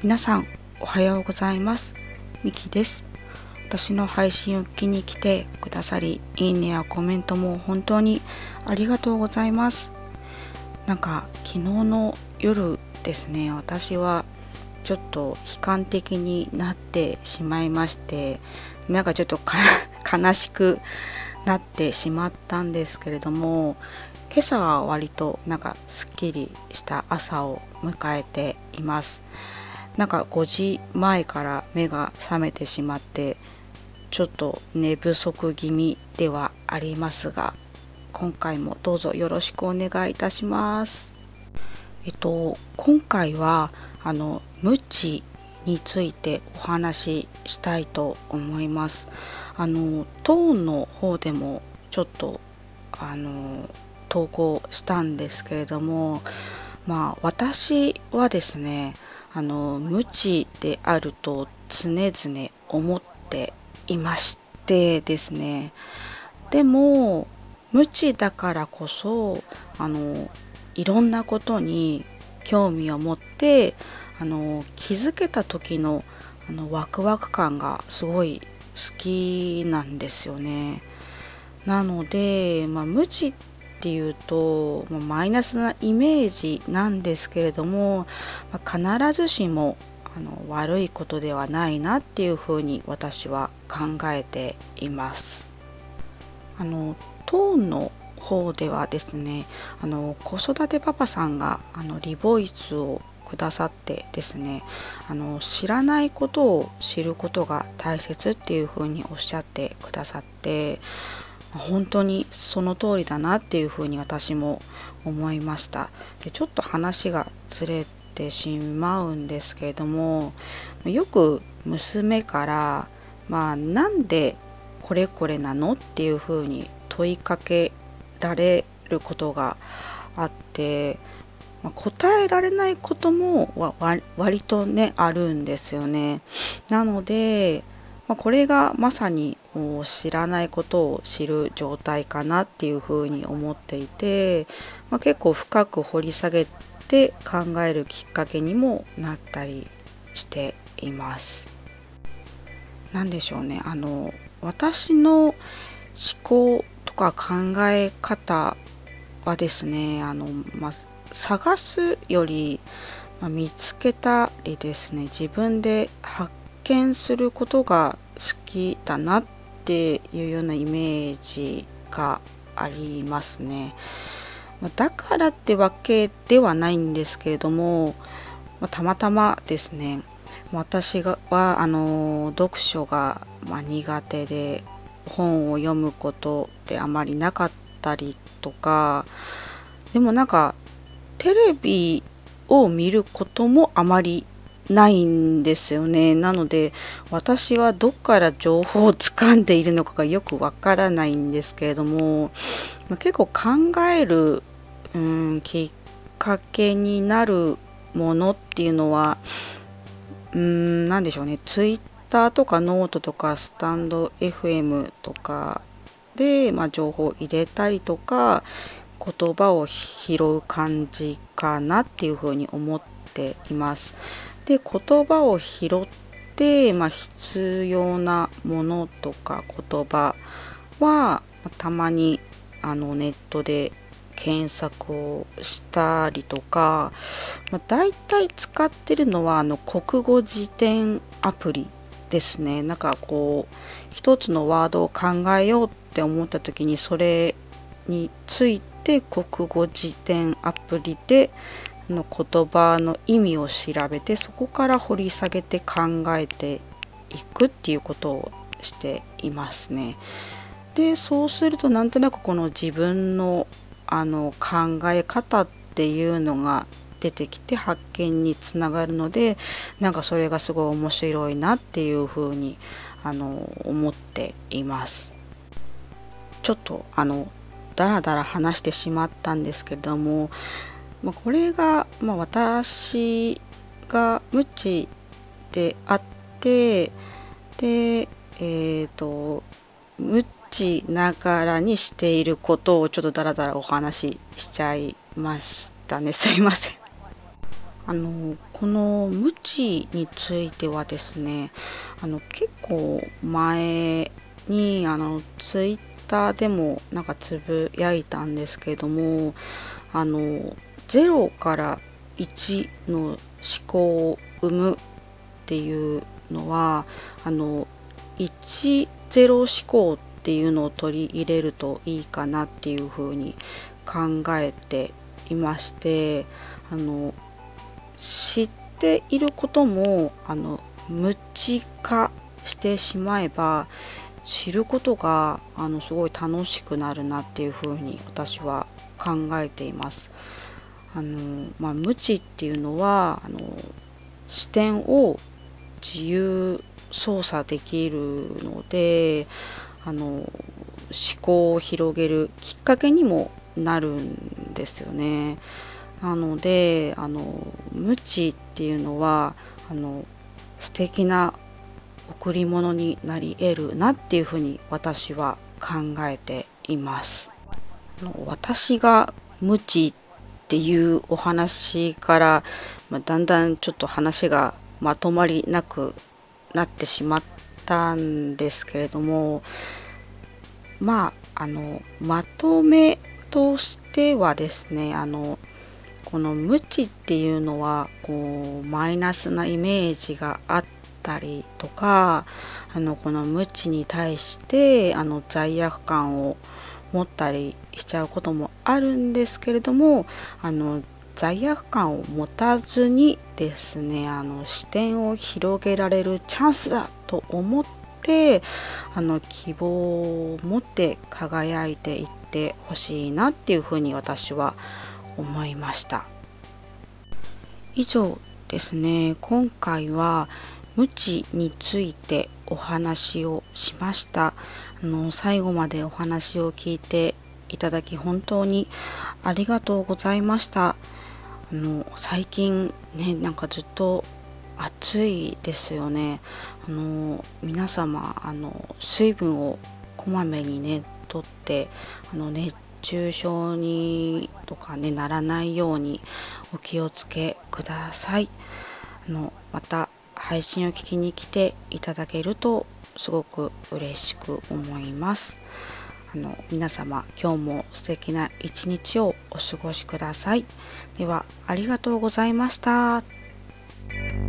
皆さんおはようございます。ミキです。私の配信を聞きに来てくださり、いいねやコメントも本当にありがとうございます。昨日の夜ですね、私はちょっと悲観的になってしまいまして、ちょっと悲しくなってしまったんですけれども、今朝は割とすっきりした朝を迎えています。5時前から目が覚めてしまって、ちょっと寝不足気味ではありますが、今回もどうぞよろしくお願いいたします。今回は無知についてお話ししたいと思います。トーンの方でもちょっと投稿したんですけれども、私はですね、無知であると常々思っていましてですね。でも無知だからこそいろんなことに興味を持って気づけた時のワクワク感がすごい好きなんですよね。なので、無知っていうとマイナスなイメージなんですけれども、必ずしも悪いことではないなっていうふうに私は考えています。トーンの方ではですね、子育てパパさんがリボイスをくださってですね、知らないことを知ることが大切っていうふうにおっしゃってくださって、本当にその通りだなっていうふうに私も思いました。で、ちょっと話がずれてしまうんですけれども、よく娘からなんでこれこれなのっていうふうに問いかけられることがあって、答えられないことも割とねあるんですよね。なのでこれがまさに知らないことを知る状態かなっていうふうに思っていて、結構深く掘り下げて考えるきっかけにもなったりしています。なんでしょうね、私の思考とか考え方はですね、探すより、見つけたりですね、自分で発見することが好きだなっていうようなイメージがありますね。だからってわけではないんですけれども、たまたまですね、私は読書が苦手で本を読むことってあまりなかったりとか、でもテレビを見ることもあまりないんですよね。なので私はどっから情報を掴んでいるのかがよくわからないんですけれども、結構考える、きっかけになるものっていうのはなんでしょうね、ツイッターとかノートとかスタンド FM とかで、情報を入れたりとか言葉を拾う感じかなっていうふうに思っています。で、言葉を拾って、必要なものとか言葉はたまにネットで検索をしたりとか、だいたい使ってるのは国語辞典アプリですね。一つのワードを考えようって思った時にそれについて国語辞典アプリで言葉の意味を調べて、そこから掘り下げて考えていくっていうことをしていますね。で、そうするとなんとなくこの自分の考え方っていうのが出てきて発見につながるので、それがすごい面白いなっていうふうに思っています。ちょっとだらだら話してしまったんですけれども、これが、私が無知であって、で無知ながらにしていることをちょっとだらだらお話ししちゃいましたね。すいません。 この無知についてはですね、結構前にツイッターでもなんかつぶやいたんですけれども、0から1の思考を生むっていうのは、10思考っていうのを取り入れるといいかなっていうふうに考えていまして、知っていることも無知化してしまえば、知ることがすごい楽しくなるなっていうふうに私は考えています。無知っていうのは視点を自由操作できるので、思考を広げるきっかけにもなるんですよね。なので無知っていうのは素敵な贈り物になり得るなっていうふうに私は考えています。私が無知っていうお話から、だんだんちょっと話がまとまりなくなってしまったんですけれども、まとめとしてはですね、この無知っていうのはマイナスなイメージがあったりとか、この無知に対して罪悪感を持ったりしちゃうこともあるんですけれども、罪悪感を持たずにですね、視点を広げられるチャンスだと思って希望を持って輝いていってほしいなっていうふうに私は思いました。以上ですね、今回は無知についてお話をしました。最後までお話を聞いていただき本当にありがとうございました。最近ね、なんかずっと暑いですよね。皆様水分をこまめにねとって熱中症にとかねならないようにお気をつけください。また配信を聞きに来ていただけるとすごく嬉しく思います。皆様今日も素敵な一日をお過ごしください。ではありがとうございました。